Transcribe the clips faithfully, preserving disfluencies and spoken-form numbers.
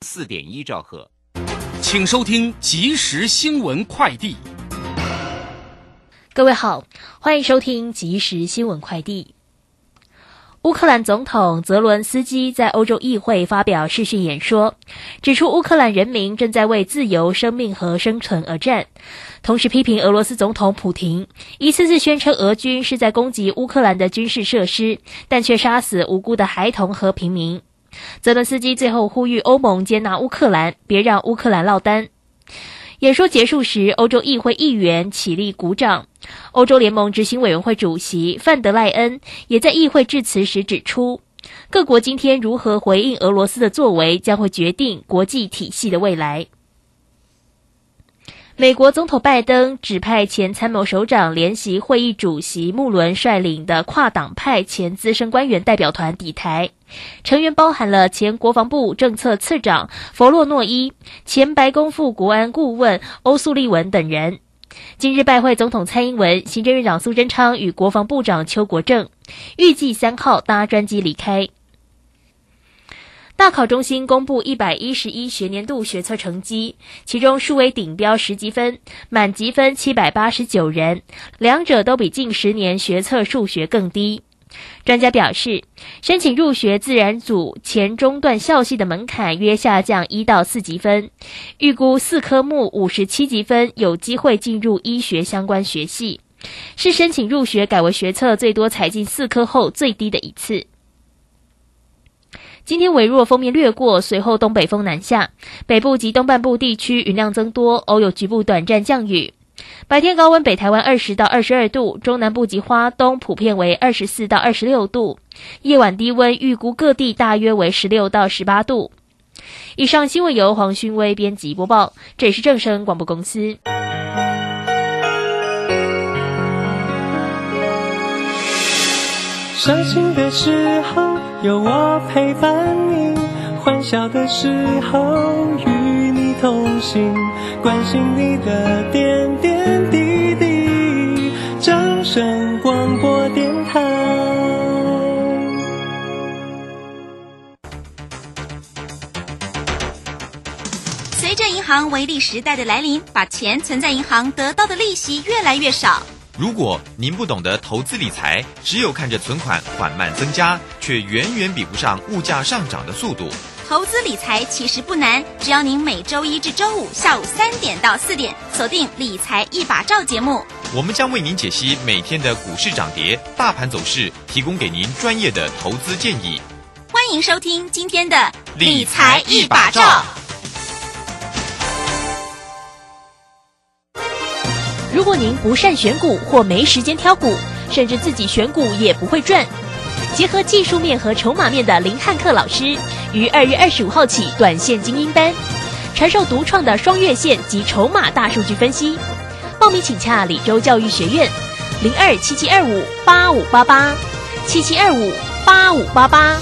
四点一兆赫。 请收听即时新闻快递。 各位好，欢迎收听即时新闻快递。乌克兰总统泽伦斯基在欧洲议会发表视讯演说，指出乌克兰人民正在为自由、生命和生存而战，同时批评俄罗斯总统普廷一次次宣称俄军是在攻击乌克兰的军事设施，但却杀死无辜的孩童和平民。泽伦斯基最后呼吁欧盟接纳乌克兰，别让乌克兰落单。演说结束时，欧洲议会议员起立鼓掌。欧洲联盟执行委员会主席范德赖恩也在议会致辞时指出，各国今天如何回应俄罗斯的作为，将会决定国际体系的未来。美国总统拜登指派前参谋首长联席会议主席穆伦率领的跨党派前资深官员代表团抵台，成员包含了前国防部政策次长弗洛诺伊、前白宫副国安顾问欧苏利文等人。今日拜会总统蔡英文、行政院长苏贞昌与国防部长邱国正，预计三号搭专机离开。大考中心公布一百一十一学年度学测成绩，其中数位顶标十级分，满级分七百八十九人，两者都比近十年学测数学更低。专家表示，申请入学自然组前中段校系的门槛约下降一到四级分，预估四科目五十七级分有机会进入医学相关学系，是申请入学改为学测最多采进四科后最低的一次。今天微弱锋面掠过，随后东北风南下，北部及东半部地区云量增多，偶有局部短暂降雨。白天高温，北台湾二十到二十二度，中南部及花东普遍为二十四到二十六度，夜晚低温预估各地大约为十六到十八度。以上新闻由黄勋威编辑播报，这里是正声广播公司。 伤心的时候有我陪伴你，欢笑的时候与你同行，关心你的点点滴滴。正声广播电台。 随着银行微利时代的来临，把钱存在银行得到的利息越来越少。 如果您不懂得投资理财，只有看着存款缓慢增加，却远远比不上物价上涨的速度。 投资理财其实不难，只要您每周一至周五下午三点到四点锁定理财一把照节目， 我们将为您解析每天的股市涨跌、大盘走势，提供给您专业的投资建议。 欢迎收听今天的理财一把照。 如果您不善选股或没时间挑股，甚至自己选股也不会赚，结合技术面和筹码面的林汉克老师于二月二十五号起短线精英班，传授独创的双月线及筹码大数据分析。报名请洽李州教育学院零二七七二五八五八八七七二五八五八八。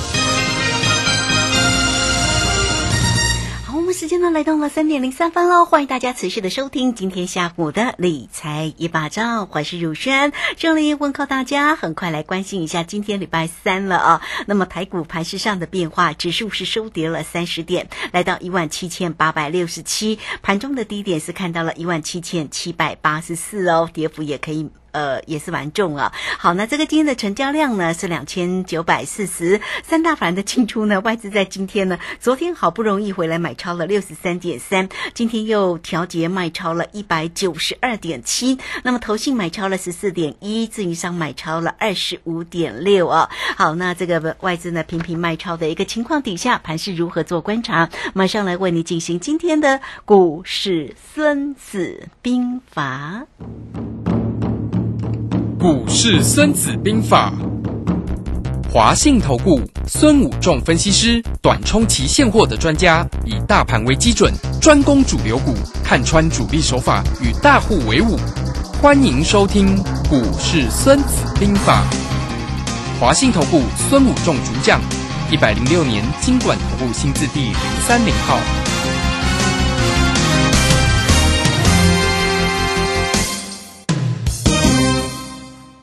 时间呢来到了三点零三分喽，欢迎大家持续的收听今天下午的理财一把照，我是汝轩，这里问候大家。很快来关心一下今天礼拜三了啊，那么台股盘势上的变化，指数是收跌了三十点，来到一万七千八百六十七，盘中的低点是看到了一万七千七百八十四哦，跌幅也可以呃，也是蛮重啊。好，那这个今天的成交量呢是两千九百四十，三大法人的进出呢，外资在今天呢，昨天好不容易回来买超了六十三点三，今天又调节卖超了一百九十二点七，那么投信买超了十四点一，自营商买超了二十五点六啊。好，那这个外资呢频频卖超的一个情况底下，盘势如何做观察？马上来为你进行今天的股市孙子兵法。 股市孙子兵法，华信投顾孙武仲分析师，短冲期现货的专家，以大盘为基准，专攻主流股，看穿主力手法，与大户为伍。欢迎收听股市孙子兵法。华信投顾孙武仲主讲，一百零六年金管投顾新字第零三零号。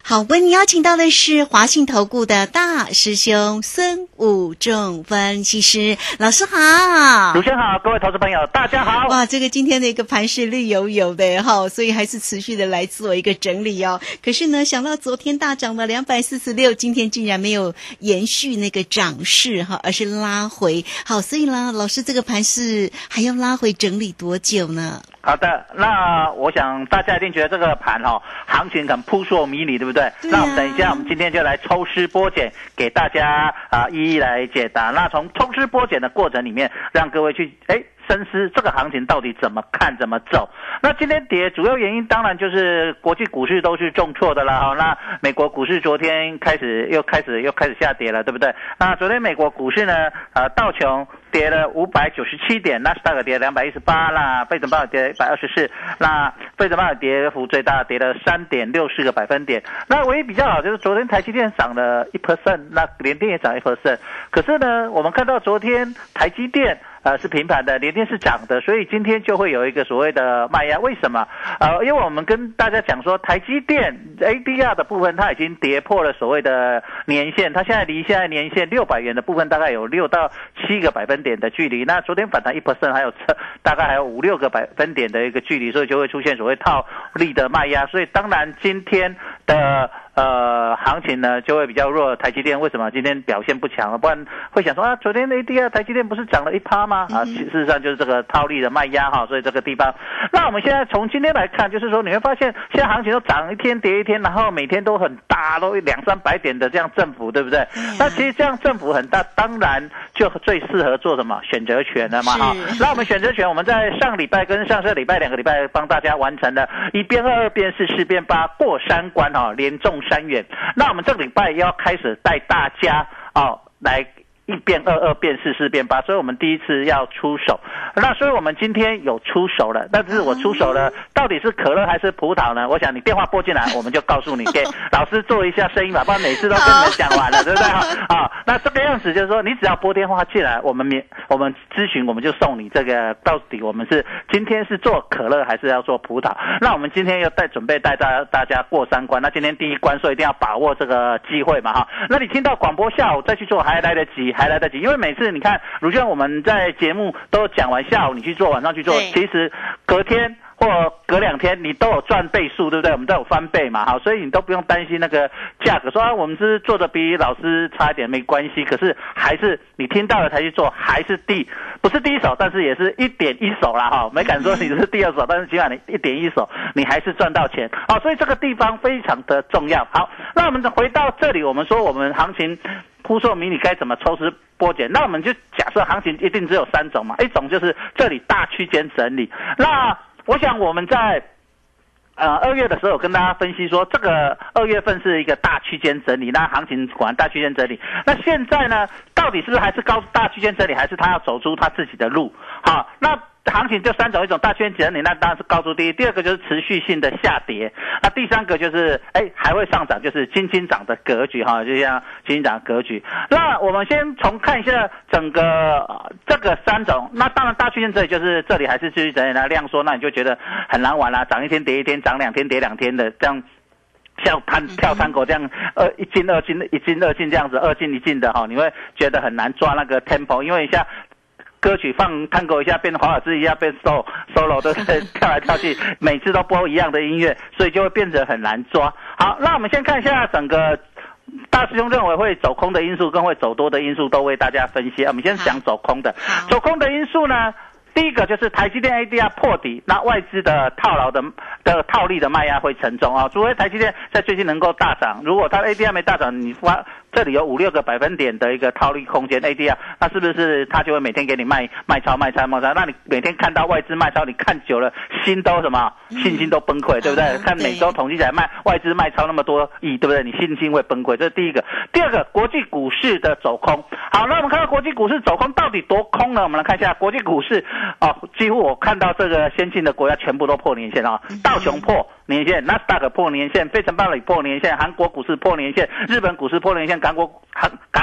好，为你邀请到的是华信投顾的大师兄孙武仲分析师老师好。 主持人好，各位投资朋友大家好。 哇，这个今天的一个盘势绿油油的哈，所以还是持续的来做一个整理哦。可是呢，想到昨天大涨了两百四十六，今天竟然没有延续那个涨势哈，而是拉回。好，所以呢，老师这个盘势还要拉回整理多久呢？ 好的，那我想大家一定觉得这个盘哈、哦，行情很扑朔迷离，对不对？对啊、那我们等一下，我们今天就来抽丝剥茧，给大家啊、呃、一一来解答。那从抽丝剥茧的过程里面，让各位去哎深思这个行情到底怎么看怎么走。那今天跌主要原因当然就是国际股市都是重挫的啦。那美国股市昨天开始又开始又开始下跌了，对不对？那昨天美国股市呢，呃道琼跌了五百九十七点，纳斯达克跌两百一十八啦，费城半导体跌一百二十四，那费城半导体跌幅最大，跌了三点六四个百分点。那唯一比较好就是昨天台积电涨了一 percent， 那联电也涨一 percent。可是呢，我们看到昨天台积电呃是平盘的，联电是涨的，所以今天就会有一个所谓的卖压。为什么？呃，因为我们跟大家讲说，台积电 A D R 的部分它已经跌破了所谓的年线，它现在离现在年线六百元的部分大概有六到七个百分点的距离。那昨天反弹一 percent， 还有大概还有五六个百分点的一个距离，所以就会出现所谓套利的卖压。所以当然今天的呃行情呢就会比较弱。台积电为什么今天表现不强了？不然会想说啊，昨天 A D R 台积电不是涨了一趴吗？啊，事实上就是这个套利的卖压哈，所以这个地方。那我们现在从今天来看，就是说你会发现现在行情都涨一天跌一天，然后每天都很大，都两三百点的这样振幅，对不对？那其实这样振幅很大，当然就最适合做什么选择权了嘛哈。那我们选择权，我们在上礼拜跟上上礼拜两个礼拜帮大家完成了一变二，二变四，四变八，过三关哈，连中三元。那我们这个礼拜要开始带大家哦来一变二，二变四，四变八，所以我们第一次要出手。那所以我们今天有出手了，但是我出手了，到底是可乐还是葡萄呢？我想你电话拨进来，我们就告诉你，给老师做一下声音吧，不然每次都跟你们讲完了，对不对？啊，那这个样子就是说，你只要拨电话进来，我们免我们咨询，我们就送你这个到底我们是今天是做可乐还是要做葡萄？那我们今天又带准备带大大家过三关，那今天第一关，所以一定要把握这个机会嘛哈。那你听到广播下午再去做还来得及。还来得及，因为每次你看，如像我们在节目都讲完，下午你去做，晚上去做，其实隔天或隔两天你都有赚倍数，对不对？我们都有翻倍嘛，好，所以你都不用担心那个价格，说啊我们是做的比老师差一点没关系，可是还是你听到了才去做，还是第不是第一手，但是也是一点一手啦哈，没敢说你是第二手，但是起码你一点一手，你还是赚到钱，好，所以这个地方非常的重要。好，那我们回到这里，我们说我们行情扑朔迷离该怎么抽丝剥茧？那我们就假设行情一定只有三种嘛，一种就是这里大区间整理。那我想我们在呃二月的时候有跟大家分析说，这个二月份是一个大区间整理，那行情果然大区间整理。那现在呢，到底是不是还是高大区间整理，还是他要走出他自己的路？好，那行情就三种，一种大圈整理，那当然是高出低；第二个就是持续性的下跌；那第三个就是哎还会上涨，就是金金涨的格局哈，就像金金涨的格局。那我们先从看一下整个、呃、这个三种，那当然大区间整理就是这里还是继续整理，那量缩，那你就觉得很难玩啦，涨一天跌一天，涨两天跌两天的这样。像攀跳探狗这样，呃，一进二进，一进二进这样子，二进一进的哈，你会觉得很难抓那个 tempo， 因为一下歌曲放探狗一下变华尔兹一下变 solo solo 都是跳来跳去，每次都播一样的音乐，所以就会变得很难抓。好，那我们先看一下整个大师兄认为会走空的因素跟会走多的因素都为大家分析。我们先讲走空的，走空的因素呢？第一个就是台积电 A D R 破底，那外资的套牢的的套利的卖压会沉重啊。除非台积电在最近能够大涨，如果它 A D R 没大涨，你发这里有五六个百分点的一个套利空间 A D R， 那是不是它就会每天给你卖卖超卖超卖超？那你每天看到外资卖超，你看久了心都什么？信心都崩溃，对不对？看每周统计起来卖外资卖超那么多亿，对不对？你信心会崩溃，这是第一个。第二个，国际股市的走空。好，那我们看到国际股市走空到底多空呢？我们来看一下国际股市哦，几乎我看到这个先进的国家全部都破年线啊、哦，道琼破年线，纳斯达克破年线，费城半导体破年线，韩国股市破年线，日本股市破年线，港股韩港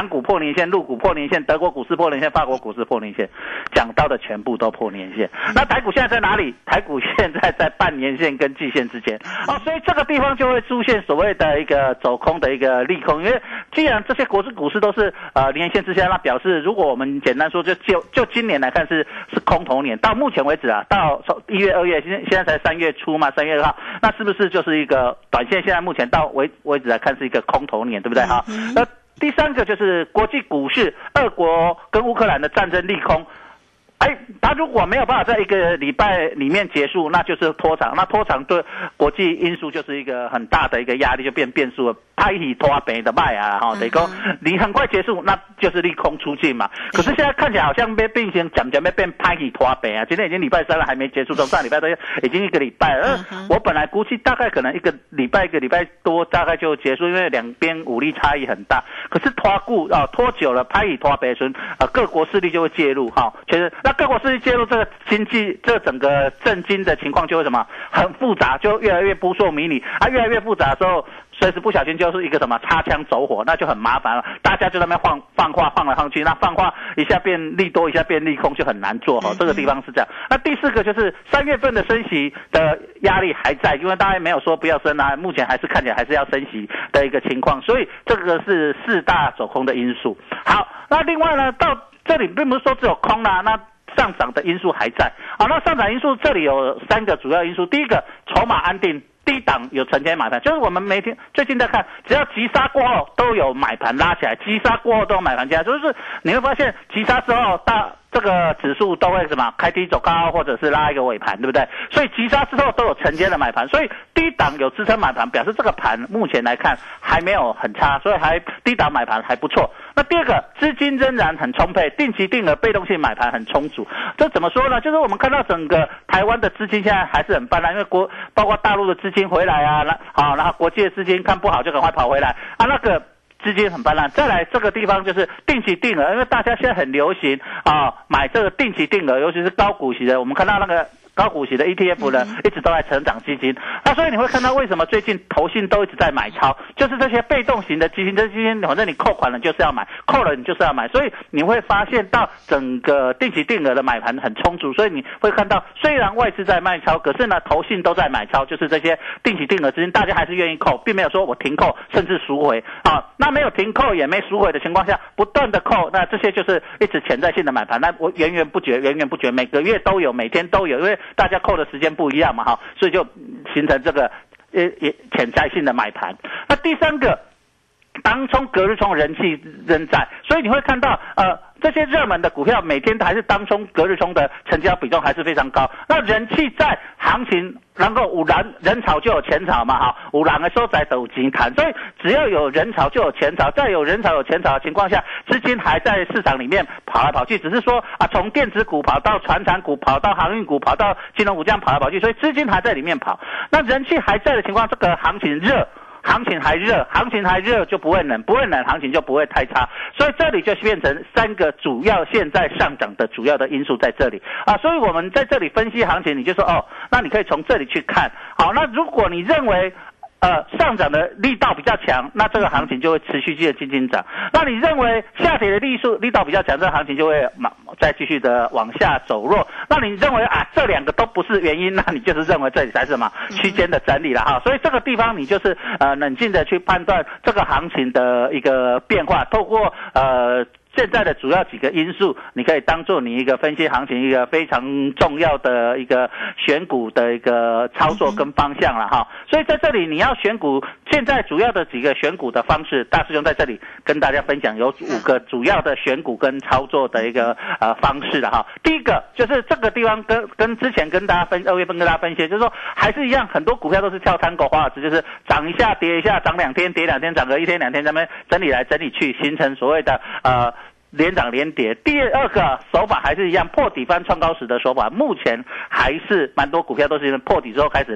港股破年线，陆股破年线，德国股市破年线，法国股市破年线，讲到的全部都破年线。那台股现在在哪里？台股现在在半年线跟季线之间哦，所以这个地方就会出现所谓的一个走空的一个利空，因为既然这些国际股市都是呃年线之下，那表示如果我们简单说，就就就今年来看是是空头年，到目前为止啊，到一月、二月，现现在才三月初嘛，三月二号，那是不是就是一个短线？现在目前到为为止来看是一个空头年，对不对哈？那第三个就是国际股市，俄国跟乌克兰的战争利空。哎，他如果没有办法在一个礼拜里面结束，那就是拖长。那拖长对国际因素就是一个很大的一个压力，就变变数了。拍起拖北的卖啊，哈，等于说你很快结束，那就是利空出尽嘛。可是现在看起来好像被并行讲讲被变拍起拖北啊。今天已经礼拜三了，还没结束，从上礼拜都已经一个礼拜了。嗯、我本来估计大概可能一个礼拜一个礼拜多大概就结束，因为两边武力差异很大。可是拖固啊拖久了，拍起拖北时，啊各国势力就会介入哈。其实那各国势力介入，这个经济这整个政经的情况就会什么很复杂，就越来越扑朔迷离啊，越来越复杂的时候。随时不小心就是一个什么擦枪走火，那就很麻烦了。大家就在那边放放话放来放去，那放话一下变利多，一下变利空，就很难做哈。这个地方是这样。那第四个就是三月份的升息的压力还在，因为大家没有说不要升啊，目前还是看起来还是要升息的一个情况，所以这个是四大走空的因素。好，那另外呢，到这里并不是说只有空啦、啊，那上涨的因素还在。好，那上涨因素这里有三个主要因素，第一个筹码安定。低档有承接买盘，就是我们每天最近在看，只要急杀过后都有买盘拉起来，急杀过后都有买盘起来，就是你会发现急杀之后大这个指数都会什么开低走高，或者是拉一个尾盘，对不对？所以急杀之后都有承接的买盘，所以低档有支撑买盘，表示这个盘目前来看还没有很差，所以还低档买盘还不错。那第二个，资金仍然很充沛，定期定额被动性买盘很充足。这怎么说呢？就是我们看到整个台湾的资金现在还是很泛滥，因为国包括大陆的资金回来啊，那好，然后国际的资金看不好就赶快跑回来啊，那个资金很泛滥。再来这个地方就是定期定额，因为大家现在很流行啊买这个定期定额，尤其是高股息的，我们看到那个。高股息的 E T F 呢，一直都在成长基金，那所以你会看到为什么最近投信都一直在买超，就是这些被动型的基金，这基金反正你扣款了就是要买，扣了你就是要买，所以你会发现到整个定期定额的买盘很充足，所以你会看到虽然外资在卖超，可是呢投信都在买超，就是这些定期定额资金大家还是愿意扣，并没有说我停扣甚至赎回啊，那没有停扣也没赎回的情况下，不断的扣，那这些就是一直潜在性的买盘，那我源源不绝，源源不绝，每个月都有，每天都有，因为大家扣的时间不一样嘛，哈，所以就形成这个呃也潜在性的买盘。那第三个，当冲隔日冲人气仍在，所以你会看到呃这些热门的股票每天还是当冲隔日冲的成交比重还是非常高。那人气在，行情能够有人人潮就有钱潮嘛，哈，有人的所在就有钱谈，所以只要有人潮就有钱潮，在有人潮有钱潮的情况下，资金还在市场里面跑来跑去，只是说啊，从电子股跑到传产股，跑到航运股，跑到金融股这样跑来跑去，所以资金还在里面跑。那人气还在的情况，这个行情热。行情还热，行情还热就不会冷，不会冷，行情就不会太差，所以这里就变成三个主要现在上涨的主要的因素在这里啊，所以我们在这里分析行情，你就说哦，那你可以从这里去看，好，那如果你认为呃上涨的力道比较强，那这个行情就会持续的进行涨，那你认为下跌的力数力道比较强，这个行情就会再继续的往下走弱，那你认为啊这两个都不是原因，那你就是认为这里才是什么区间的整理了哈，所以这个地方你就是呃冷静的去判断这个行情的一个变化，透过呃现在的主要几个因素，你可以当做你一个分析行情一个非常重要的一个选股的一个操作跟方向了哈。所以在这里你要选股，现在主要的几个选股的方式，大师兄在这里跟大家分享有五个主要的选股跟操作的一个呃方式了哈。第一个就是这个地方跟跟之前跟大家分二月份跟大家分析，就是说还是一样，很多股票都是跳探戈华尔兹，就是涨一下跌一下，涨两天跌两天，涨个一天两天，咱们整理来整理去，形成所谓的呃。连涨连跌。第二个手法还是一样，破底翻创高时的手法，目前还是蛮多股票都是破底之后开始拉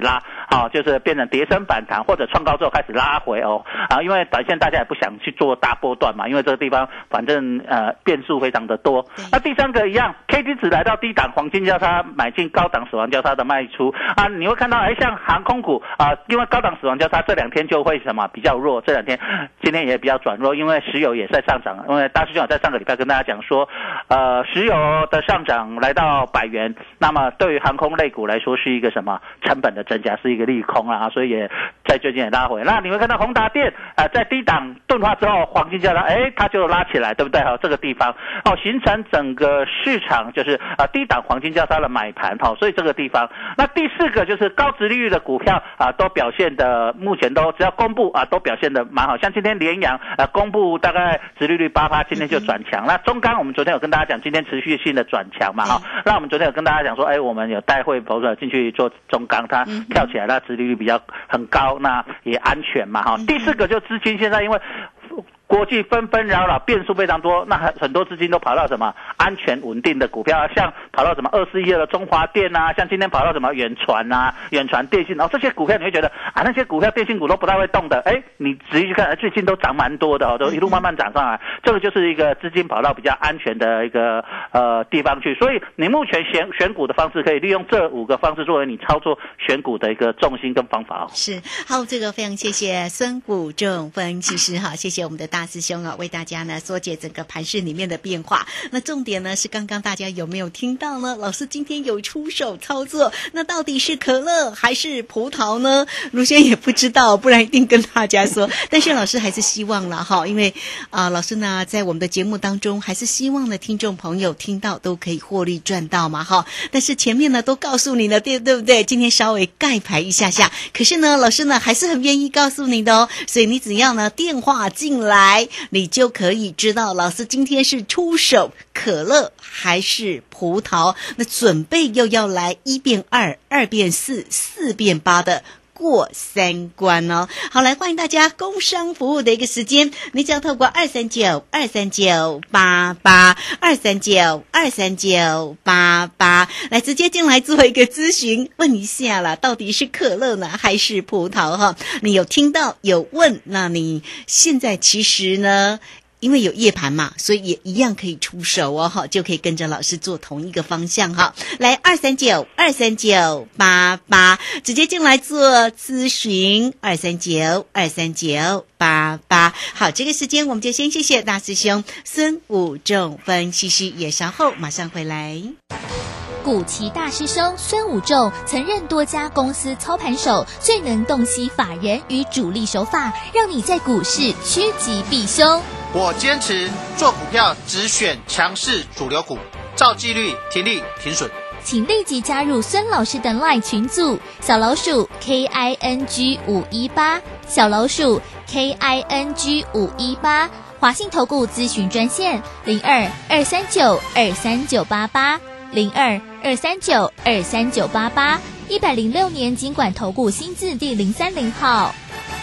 好、哦，就是变成跌升反弹或者创高之后开始拉回哦啊，因为短线大家也不想去做大波段嘛，因为这个地方反正呃变数非常的多。那第三个一样 ，K D 值来到低档黄金交叉买进，高档死亡交叉的卖出啊，你会看到哎，像航空股啊，因为高档死亡交叉这两天就会什么比较弱，这两天今天也比较转弱，因为石油也在上涨，因为大师兄在上个礼拜跟大家讲说，呃，石油的上涨来到百元，那么对于航空类股来说是一个什么成本的增加，是一个利空啊，所以也在最近也拉回。那你会看到宏达电啊、呃，在低档钝化之后，黄金交叉哎，它就拉起来，对不对？哈、哦，这个地方哦，形成整个市场就是啊、呃、低档黄金交叉的买盘，哈、哦，所以这个地方。那第四个就是高殖利率的股票啊、呃，都表现的目前都只要公布啊、呃，都表现的蛮好，像今天联阳啊、呃、公布大概殖利率八趴，今天就转强。那中钢我们昨天有跟大家讲，今天持续性的转强嘛，哈、哦，那我们昨天有跟大家讲说，哎，我们有带会投资者进去做中钢，它跳起来，那殖利率比较很高，那也安全嘛，哈、哦。第四个就资金现在因为国际纷纷扰扰，变数非常多，那很多资金都跑到什么安全稳定的股票，像跑到什么二四一二的中华电啊，像今天跑到什么远传啊、远传电信，然后这些股票你会觉得啊，那些股票电信股都不太会动的，哎，你仔细去看，最近都涨蛮多的哦，都一路慢慢涨上来，这个就是一个资金跑到比较安全的一个呃地方去，所以你目前选选股的方式可以利用这五个方式作为你操作选股的一个重心跟方法哦。 是，好，这个非常谢谢孙股仲分析师哈，谢谢我们的大师兄啊，为大家呢缩解整个盘势里面的变化。那重点呢是刚刚大家有没有听到呢？老师今天有出手操作，那到底是可乐还是葡萄呢？如轩也不知道，不然一定跟大家说。但是老师还是希望了哈，因为啊、呃，老师呢在我们的节目当中，还是希望呢听众朋友听到都可以获利赚到嘛哈。但是前面呢都告诉你了，对对不对？今天稍微盖牌一下下，可是呢老师呢还是很愿意告诉你的哦，所以你只要呢电话进来，你就可以知道老师今天是出手可乐还是葡萄，那准备又要来一变二，二变四，四变八的过三关哦。好，来欢迎大家工商服务的一个时间，你只要透过二三九二三九八八二三九二三九八八来直接进来做一个咨询，问一下啦，到底是可乐呢还是葡萄哈？你有听到有问，那你现在其实呢？因为有夜盘嘛，所以也一样可以出手哦，哈，就可以跟着老师做同一个方向哈。来二三九二三九八八，直接进来做咨询，二三九二三九八八。好，这个时间我们就先谢谢大师兄孙武仲分析师，也稍后马上回来。 股期大师兄孙武仲曾任多家公司操盘手，最能洞悉法人与主力手法，让你在股市趋吉避凶。 我坚持做股票只选强势主流股，照纪律停利停损。 请立即加入孙老师的 LINE 群组，小老鼠 K I N G 五一八，小老鼠 K I N G 五一八，华信投顾咨询专线零二二三九二三九八八零二二三九二三九八八，一百零六年金管投顾新字第零三零号。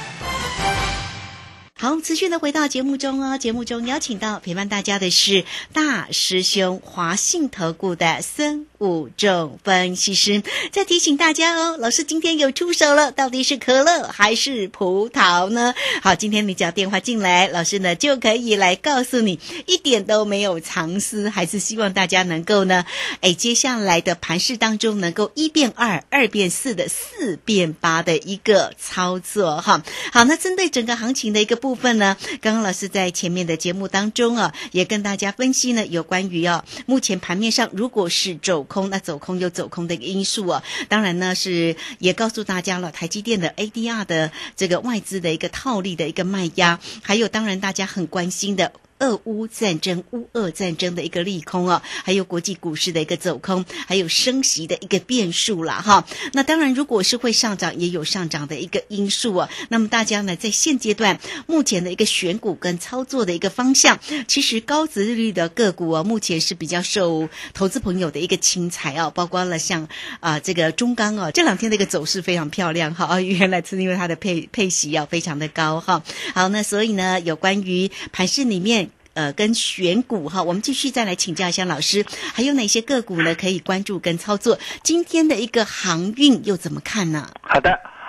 好，持续的回到节目中哦。节目中邀请到陪伴大家的是大师兄华信投顾的孙武仲分析师，再提醒大家哦，老师今天有出手了，到底是可乐还是葡萄呢？好，今天你只要电话进来，老师呢就可以来告诉你，一点都没有藏私，还是希望大家能够呢，哎，接下来的盘势当中能够一变二，二变四的四变八的一个操作哈。好，那针对整个行情的一个部分呢，刚刚老师在前面的节目当中啊，也跟大家分析呢，有关于啊，目前盘面上如果是走空，那走空有走空的一个因素啊，当然呢是也告诉大家了，台积电的 A D R 的这个外资的一个套利的一个卖压，还有当然大家很关心的俄乌战争、乌俄战争的一个利空啊，还有国际股市的一个走空，还有升息的一个变数啦哈。那当然，如果是会上涨，也有上涨的一个因素啊。那么大家呢，在现阶段目前的一个选股跟操作的一个方向，其实高殖利率的个股啊，目前是比较受投资朋友的一个青睐啊，包括了像啊、呃、这个中钢啊，这两天的一个走势非常漂亮哈啊，原来是因为它的配配息要非常的高哈。好，那所以呢，有关于盘势里面。呃，跟选股哈，我们继续再来请教一下老师，还有哪些个股呢可以关注跟操作？今天的一个航运又怎么看呢？ 好的。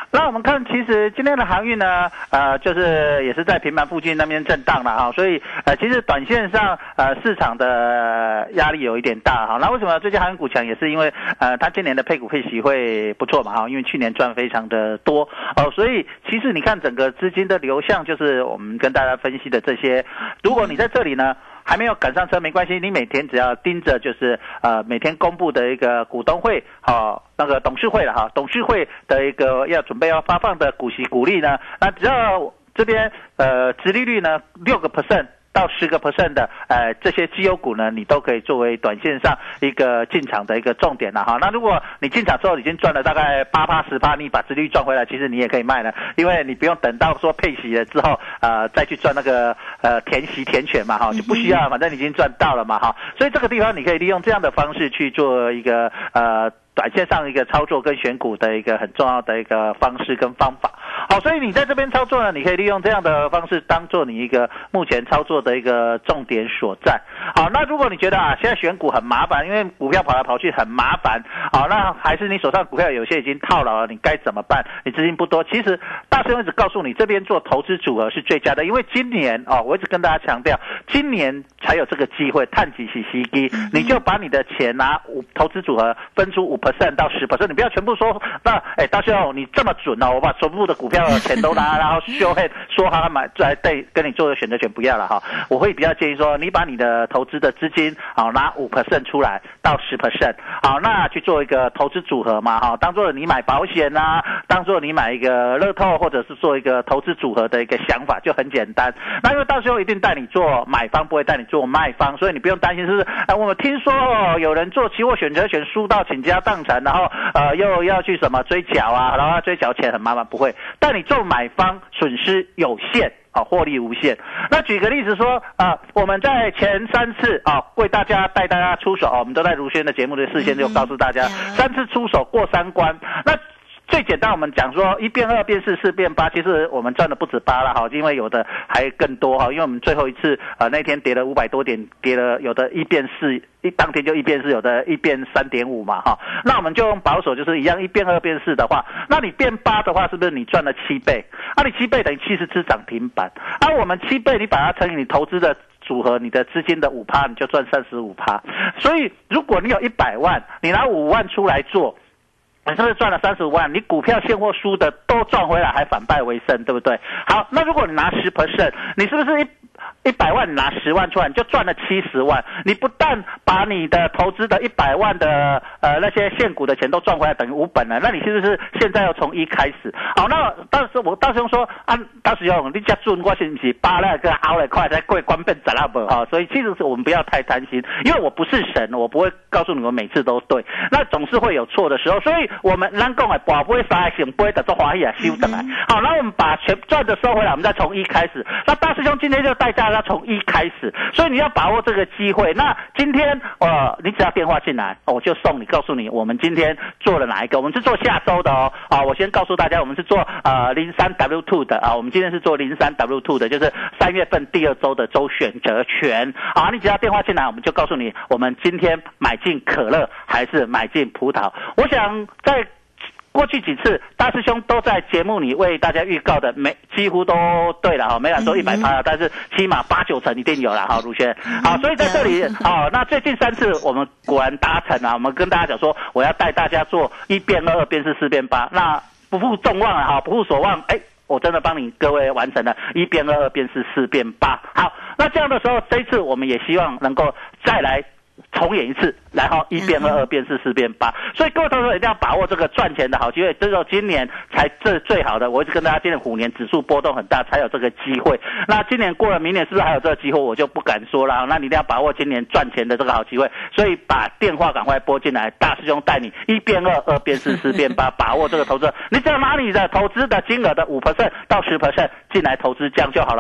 那我们看，其实今天的航运呢，呃，就是也是在平盘附近那边震荡了哈，所以呃，其实短线上呃市场的压力有一点大哈。那为什么最近航运股强？也是因为呃，它今年的配股配息会不错嘛哈，因为去年赚非常的多哦，所以其实你看整个资金的流向，就是我们跟大家分析的这些，如果你在这里呢。还没有赶上车没关系，你每天只要盯着就是呃每天公布的一个股东会哦那个董事会了哈，董事会的一个要准备要发放的股息股利呢，那只要这边呃殖利率呢六个 percent。到十个 percent 的呃这些绩优股呢，你都可以作为短线上一个进场的一个重点了哈。那如果你进场之后已经赚了大概八趴十趴，你把殖利率赚回来，其实你也可以卖了，因为你不用等到说配息了之后呃再去赚那个呃填息填权嘛哈，就不需要，反正你已经赚到了嘛哈。所以这个地方你可以利用这样的方式去做一个呃。短线上一个操作跟选股的一个很重要的一个方式跟方法，好，所以你在这边操作呢，你可以利用这样的方式当做你一个目前操作的一个重点所在。好，那如果你觉得啊现在选股很麻烦，因为股票跑来跑去很麻烦，好，那还是你手上股票有些已经套牢了，你该怎么办？你资金不多，其实大师兄一直告诉你，这边做投资组合是最佳的，因为今年哦，我一直跟大家强调，今年才有这个机会，探几起吸低，你就把你的钱拿五投资组合分出五 percent 到十 percent， 你不要全部说那哎，大师兄你这么准哦，我把全部的股票的钱都拿，然后show head说好买来对跟你做的选择权不要了哈，我会比较建议说，你把你的投资的资金好拿五 percent 出来到十 percent， 好，那去做一个投资组合嘛哈，当做你买保险啊，当做你买一个乐透或者是做一个投资组合的一个想法就很简单。那因为到时候一定带你做买方，不会带你做卖方，所以你不用担心是不是？哎，我们听说哦，有人做期货选择权输到倾家荡产，然后呃又要去什么追缴啊，然后追缴钱很麻烦，不会。但你做买方损失有限。啊，获利无限。那举个例子说，啊、呃，我们在前三次啊，为大家带大家出手，啊、我们都在如轩的节目的事先就告诉大家，嗯、三次出手过三关。那最简单，我们讲说一变二变四，四变八，其实我们赚的不止八了哈，因为有的还更多哈，因为我们最后一次呃那天跌了五百多点，跌了有的一变四，一当天就一变四，有的一变三点五嘛哈。那我们就用保守就是一样，一变二变四的话，那你变八的话，是不是你赚了七倍？啊，你七倍等于七十只涨停板，啊，我们七倍你把它乘以你投资的组合，你的资金的五趴，你就赚三十五趴。所以如果你有一百万，你拿五万出来做。你是不是赚了三十五万？你股票现货输的都赚回来，还反败为胜，对不对？好，那如果你拿 百分之十， 你是不是一一百万你拿十万出来，你就赚了七十万？你不但把你的投资的一百万的呃那些现股的钱都赚回来，等于无本了。那你是不是现在要从一开始？好，那当时我大兄说啊，大师兄你这准我是不是把那个熬了快才过关变十那不哈？所以其实是我们不要太贪心，因为我不是神，我不会告诉你们每次都对，那总是会有错的时候，所以。我们咱讲的博杯三成杯的做华裔啊收回来，好，那我们把全赚的收回来，我们再从一开始。那大师兄今天就带大家从一开始，所以你要把握这个机会。那今天呃，你只要电话进来，我就送你，告诉你我们今天做了哪一个。我们是做下周的哦，啊，我先告诉大家，我们是做呃零三 W 二 的啊，我们今天是做零三 W 二 的，就是三月份第二周的周选择权啊。你只要电话进来，我们就告诉你，我们今天买进可乐还是买进葡萄。我想。在过去几次，大师兄都在节目里为大家预告的，没几乎都对了哈，没敢说一百趴，但是起码八九成一定有了哈，如轩。好，所以在这里，好，那最近三次我们果然达成了，我们跟大家讲说，我要带大家做一变二，二变四，四变八，那不负众望啊，哈，不负所望，哎。我真的帮你各位完成了一变二，二变四，四变八。好，那这样的时候，这一次我们也希望能够再来重演一次，然后一变二，二变四，四变八。所以各位同学一定要把握这个赚钱的好机会，只有今年才这最好的。我一直跟大家，今年虎年指数波动很大，才有这个机会。那今年过了，明年是不是还有这个机会？我就不敢说了。那你一定要把握今年赚钱的这个好机会。所以把电话赶快拨进来，大师兄带你一变二，二变四，四变八，把握这个投资。你只要拿你的投资的金额的五 percent 到十 percent 进来投资，这样就好了哦。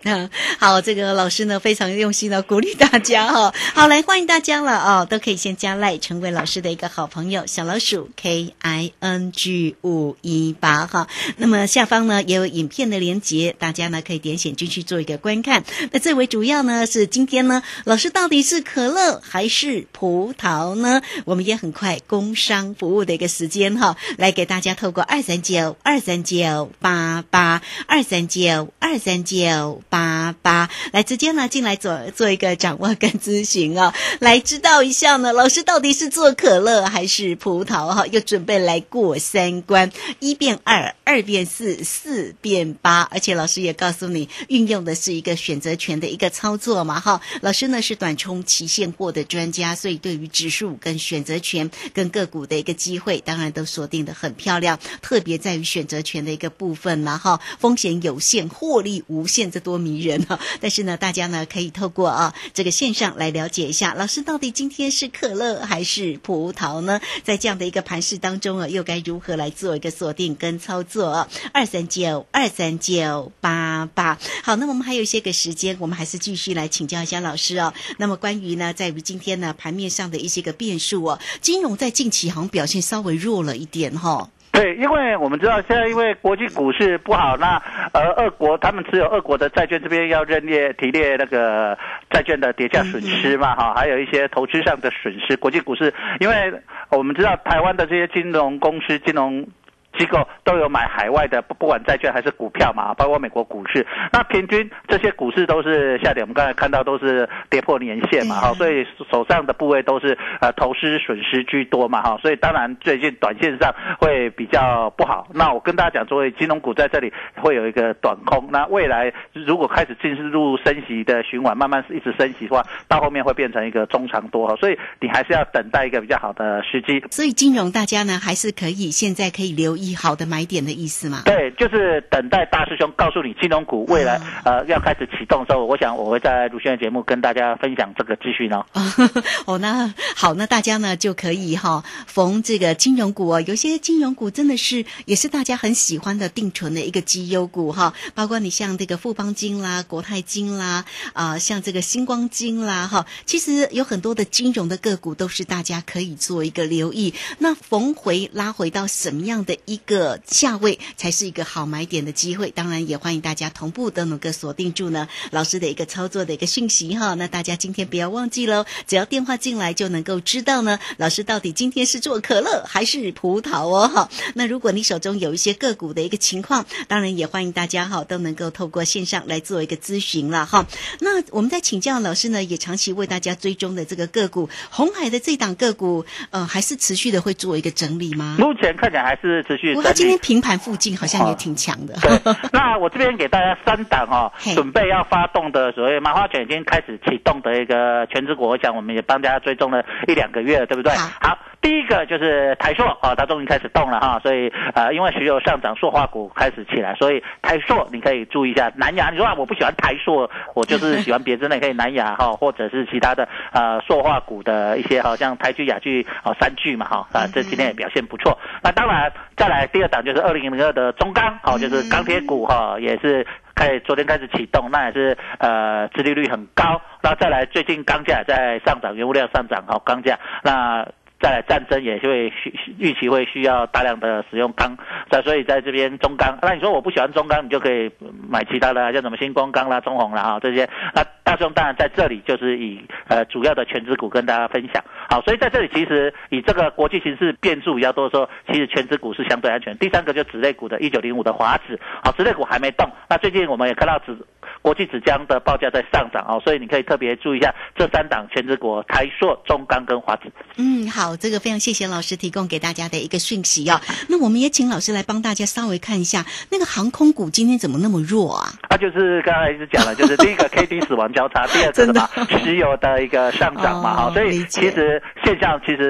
嗯，好，这个老师呢非常用心的鼓励大家哈、哦。好，来欢迎大家了哦，都可以先加赖成为老师的一个好朋友，小老鼠 K I N G 五一八哈。那么下方呢也有影片的连结，大家呢可以点选进去做一个观看。那最为主要呢是今天呢，老师到底是可乐还是葡萄呢？我们也很快工商服务的一个时间哈、哦，来给大家透过二三九二三九八八二三九二三九。八八来直接呢进来做做一个掌握跟咨询哦，来知道一下呢，老师到底是做可乐还是葡萄哈、哦？又准备来过三关，一变二，二变四，四变八，而且老师也告诉你，运用的是一个选择权的一个操作嘛哈。老师呢是短冲期现货的专家，所以对于指数跟选择权跟个股的一个机会，当然都锁定的很漂亮，特别在于选择权的一个部分啦哈，风险有限，获利无限，这多迷人哈、哦！但是呢，大家呢可以透过啊这个线上来了解一下，老师到底今天是可乐还是葡萄呢？在这样的一个盘势当中啊，又该如何来做一个锁定跟操作啊？二三九二三九八八。好，那么我们还有一些个时间，我们还是继续来请教一下老师哦。那么关于呢，在于今天呢盘面上的一些个变数哦，金融在近期好像表现稍微弱了一点哈、哦。 对，因为我们知道现在因为国际股市不好，那呃，俄国他们持有俄国的债券这边要认列提列那个债券的跌价损失嘛，哈、嗯，还有一些投资上的损失。国际股市，因为我们知道台湾的这些金融公司、金融机构都有买海外的，不管债券还是股票嘛，包括美国股市。那平均这些股市都是下跌，我们刚才看到都是跌破年线嘛，哈、嗯，所以手上的部位都是呃投资损失居多嘛，哈，所以当然最近短线上会比较不好。那我跟大家讲，作为金融股在这里会有一个短空，那未来如果开始进入升息的循环，慢慢一直升息的话，到后面会变成一个中长多哈，所以你还是要等待一个比较好的时机。 所以金融大家呢还是可以现在可以留意好的买点的意思吗？ 对，就是等待大师兄告诉你金融股未来、嗯、呃要开始启动的时候，我想我会在卢轩的节目跟大家分享这个资讯哦。 哦，那好，那大家呢就可以哈、哦、逢这个金融股哦，有些金融股真的是也是大家很喜欢的定存的一个绩优股哈、哦，包括你像这个富邦金啦、国泰金啦啊、呃，像这个星光金啦哈、哦，其实有很多的金融的个股都是大家可以做一个留意。那逢回拉回到什么样的一个价位才是一个好买点的机会？当然也欢迎大家同步都能够锁定住呢老师的一个操作的一个讯息哈。那大家今天不要忘记喽，只要电话进来就能够知道呢老师到底今天是做可乐还是葡萄哦哈。那如果你手中有一些个股的一个情况，当然也欢迎大家哈都能够透过线上来做一个咨询了哈。那我们在请教老师呢，也长期为大家追踪的这个个股鸿海的这档个股呃还是持续的会做一个整理吗？ 目前看起来还是持续整理。 他今天平盘附近好像也挺强的。 对，那我这边给大家三档哦，准备要发动的所谓麻花卷已经开始启动的一个全指股，我想我们也帮大家追踪了一两个月了，对不对？好，好第一个就是台塑啊、哦，它终于开始动了哈，所以呃，因为石油上涨，塑化股开始起来，所以台塑你可以注意一下。南亚，你说啊，我不喜欢台塑，我就是喜欢别的，那可以南亚哈，或者是其他的呃塑化股的一些哈，像台聚、亚聚、哦三聚嘛哈啊，这今天也表现不错。那当然再来第二档就是二零零二的中钢，好、哦，就是钢铁股哈、哦，也是。开昨天开始启动，那也是呃殖利率很高。那再来最近钢价也在上涨，原物料上涨，好钢价那。再来战争也会需预期会需要大量的使用钢，所以在这边中钢，那你说我不喜欢中钢，你就可以买其他的，像什么星光钢啦、中红啦哈这些。那大众当然在这里就是以呃主要的全指股跟大家分享。好，所以在这里其实以这个国际形势变数比较多的时候，其实全指股是相对安全。第三个就纸类股的一九零五的华指，好，纸类股还没动。那最近我们也看到纸国际纸浆的报价在上涨哦，所以你可以特别注意一下这三档全指股：台塑、中钢跟华指。 嗯，好。这个非常谢谢老师提供给大家的一个讯息哦。那我们也请老师来帮大家稍微看一下那个航空股今天怎么那么弱啊？ 啊，就是刚才一直讲了，就是第一个 K D 死亡交叉，第二个什么石油的一个上涨嘛，哈、哦，所以其实现象其实大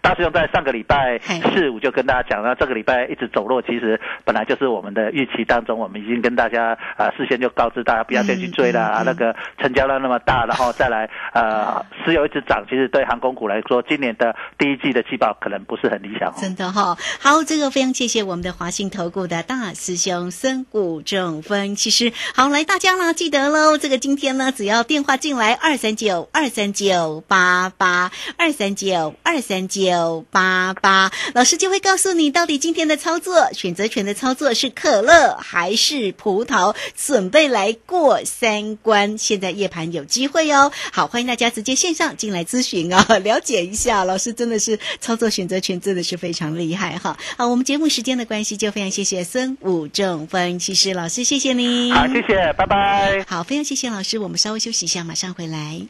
大师兄在上个礼拜四五就跟大家讲了，这个礼拜一直走弱，其实本来就是我们的预期当中，我们已经跟大家呃事先就告知大家不要再去追了、啊嗯嗯、那个成交量那么大，然后再来呃石油一直涨，其实对航空股来说，今年的第一季的季报可能不是很理想、哦。 真的哈、哦，好，这个非常谢谢我们的华信投顾的大师兄孙谷正分析师。好，来大家呢记得喽，这个今天呢只要电话进来二三九二三九八八二三九二三九八八，老师就会告诉你到底今天的操作选择权的操作是可乐还是葡萄，准备来过三关。现在夜盘有机会哦，好，欢迎大家直接线上进来咨询啊、哦，了解一下，老师真的是操作选择权真的是非常厉害哈。好，我们节目时间的关系，就非常谢谢孙武正分析师老师，谢谢您。 好，谢谢，拜拜。 好，非常谢谢老师，我们稍微休息一下，马上回来。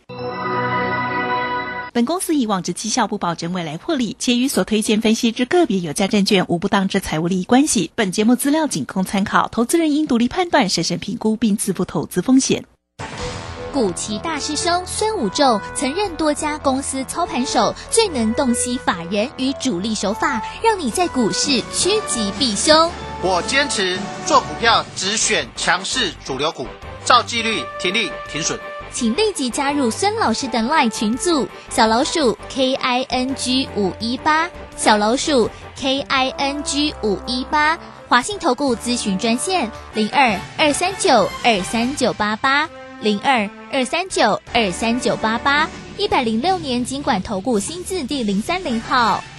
本公司以往之绩效不保证未来获利，且与所推荐分析之个别有价证券无不当之财务利益关系。本节目资料仅供参考，投资人应独立判断、审慎评估并自负投资风险。 股期大师兄孙武仲曾任多家公司操盘手，最能洞悉法人与主力手法，让你在股市趋吉避凶。 我坚持做股票只选强势主流股，照纪律停利停损。 请立即加入孙老师的 LINE 群组，小老鼠 K I N G 五一八， 小老鼠 K I N G 五一八， 华信投顾咨询专线零二二三九二三九八八零二二三九二三九八八，一百零六年金管投顾新字第零三零号。